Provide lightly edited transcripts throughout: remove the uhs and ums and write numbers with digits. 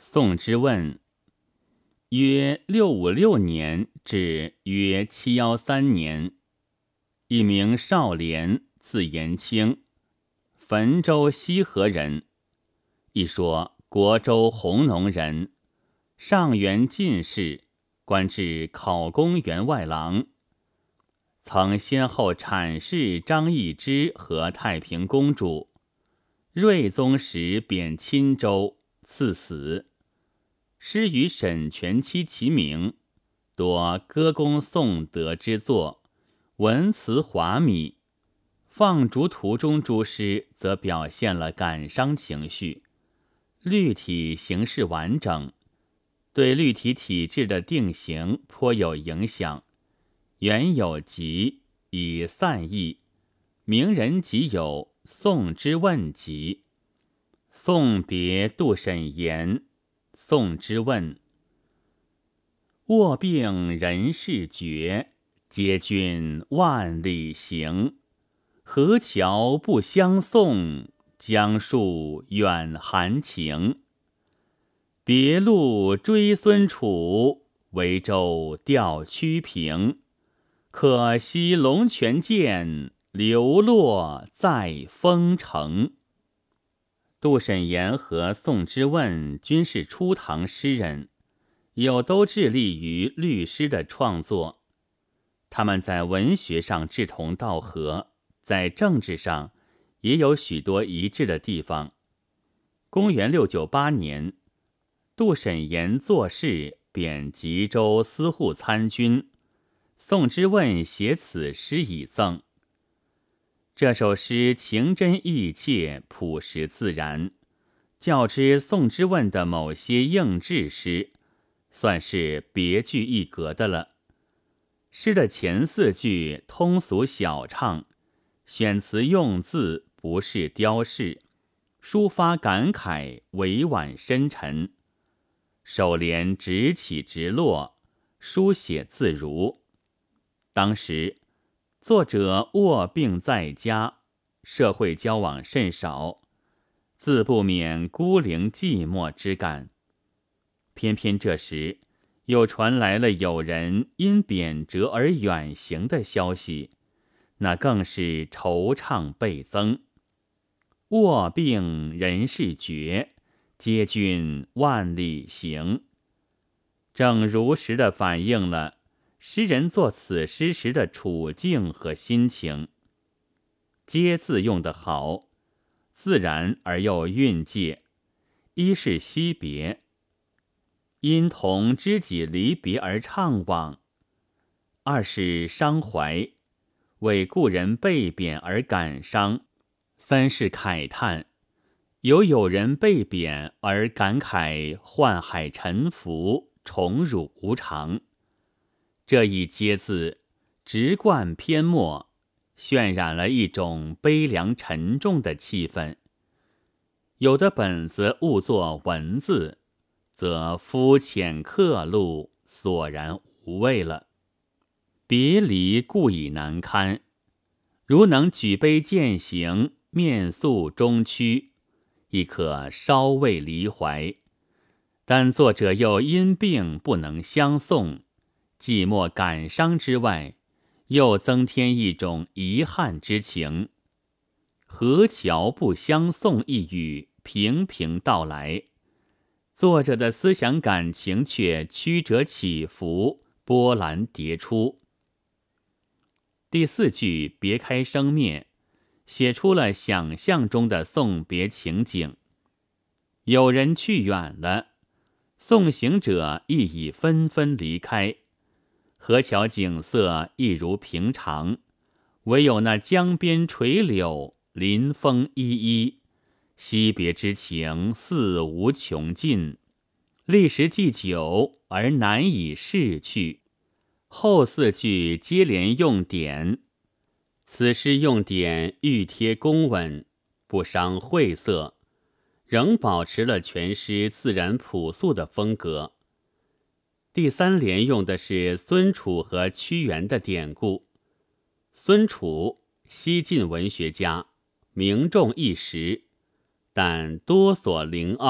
宋之问，约656年至约713年，一名少年，字延清，汾州西河人。一说国州弘农人，上元进士，官至考功员外郎。曾先后阐释张易之和太平公主。睿宗时贬钦州，赐死。诗与沈佺期齐名，多歌功颂德之作，文辞华靡。放逐图中诸诗则表现了感伤情绪，律体形式完整，对律体体制的定型颇有影响。原有集以散佚，名人集有《宋之问集》。送别杜审言，宋之问。卧病人事绝，嗟君万里行。河桥不相送，江树远含情。别路追孙楚，为舟吊曲平。可惜龙泉涧，流落在丰城。杜审言和宋之问均是初唐诗人，又都致力于律诗的创作。他们在文学上志同道合，在政治上也有许多一致的地方。公元698年，杜审言作事，贬吉州司户参军，宋之问写此诗以赠。这首诗情真意切，朴实自然，较之宋之问的某些应制诗，算是别具一格的了。诗的前4句通俗小畅，选词用字不是雕饰，抒发感慨委婉深沉。首联直起直落，书写自如。当时作者卧病在家，社会交往甚少，自不免孤零寂寞之感。偏偏这时又传来了有人因贬谪而远行的消息，那更是惆怅倍增。卧病人事绝，嗟君万里行。正如实地反映了诗人作此诗时的处境和心情。嗟字用得好，自然而又蕴藉。一是惜别，因同知己离别而怅惘；二是伤怀，为故人被贬而感伤；三是慨叹，有人被贬而感慨宦海沉浮，宠辱无常。这一嗟字直贯篇末，渲染了一种悲凉沉重的气氛。有的本子误作文字，则肤浅刻录，索然无味了。别离固已难堪，如能举杯饯行，面诉衷曲，亦可稍慰离怀。但作者又因病不能相送，寂寞感伤之外，又增添一种遗憾之情。河桥不相送一语频频道来，作者的思想感情却曲折起伏，波澜迭出。第4句别开生面，写出了想象中的送别情景。有人去远了，送行者亦已纷纷离开，河桥景色一如平常，唯有那江边垂柳，林风依依，惜别之情似无穷尽，历时既久而难以逝去。后4句接连用典，此诗用典欲贴工稳，不伤晦涩，仍保持了全诗自然朴素的风格。第3联用的是孙楚和屈原的典故。孙楚，西晋文学家，名重一时，但多所凌傲，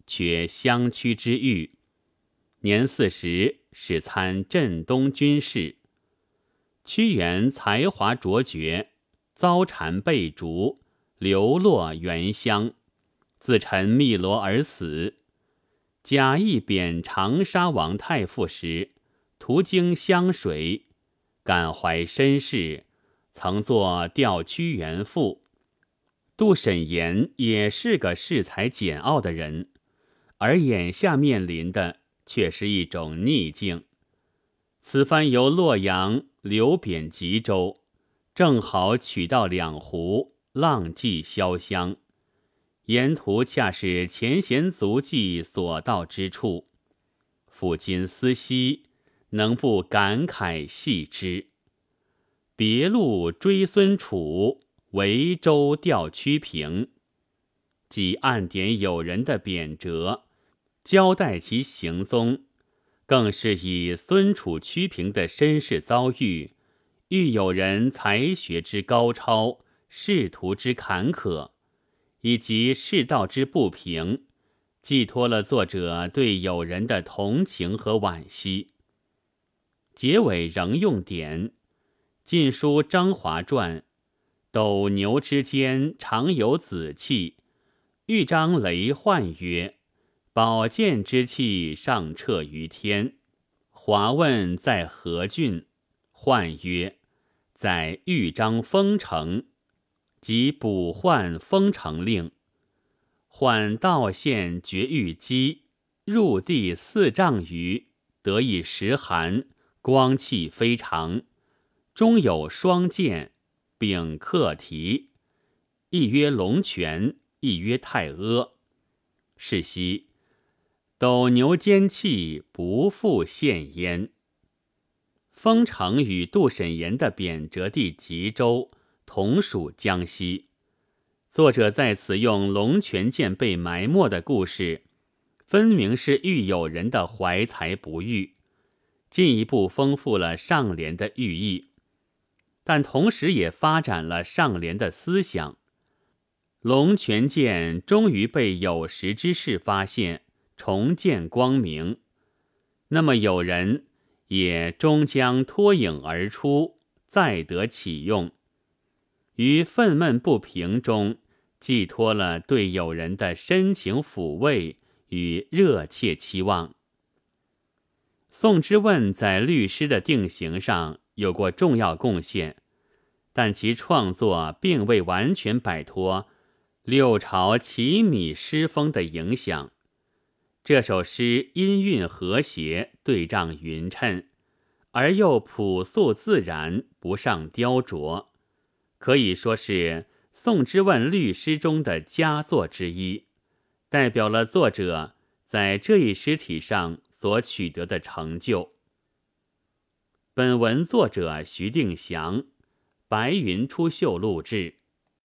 却相屈之欲。年40，始参镇东军事。屈原才华卓绝，遭谗被逐，流落原乡，自沉汨罗而死。贾谊贬长沙王太傅时，途经湘水，感怀身世，曾作《吊屈原赋》。杜审言也是个恃才简傲的人，而眼下面临的却是一种逆境。此番由洛阳流贬吉州，正好取到两湖，浪迹潇湘，沿途恰是前贤足迹所到之处，抚今思昔，能不感慨系之。别路追孙楚，围州吊屈平。既暗点友人的贬谪，交代其行踪，更是以孙楚屈平的身世遭遇，喻友人才学之高超，仕途之坎坷，以及世道之不平，寄托了作者对友人的同情和惋惜。结尾仍用典，《晋书·张华传》：斗牛之间，常有子气。豫章雷焕曰：宝剑之气上彻于天。华问在何郡？焕曰：在豫章丰城。即补焕丰城令。焕道县绝玉基，入地4丈余，得一时寒，光气非常，中有双剑，并刻题，一曰龙泉，一曰太阿。是夕，斗牛兼气，不复现焉。丰城与杜审言的贬谪地吉州同属江西，作者在此用龙泉剑被埋没的故事，分明是喻友人的怀才不遇，进一步丰富了上联的寓意，但同时也发展了上联的思想。龙泉剑终于被有识之士发现，重见光明，那么友人也终将脱颖而出，再得启用，于愤懑不平中寄托了对友人的深情抚慰与热切期望。宋之问在律诗的定型上有过重要贡献，但其创作并未完全摆脱六朝奇米诗风的影响。这首诗音韵和谐，对仗匀称，而又朴素自然，不上雕琢，可以说是宋之问律诗中的佳作之一，代表了作者在这一诗体上所取得的成就。本文作者徐定祥，白云出岫录制。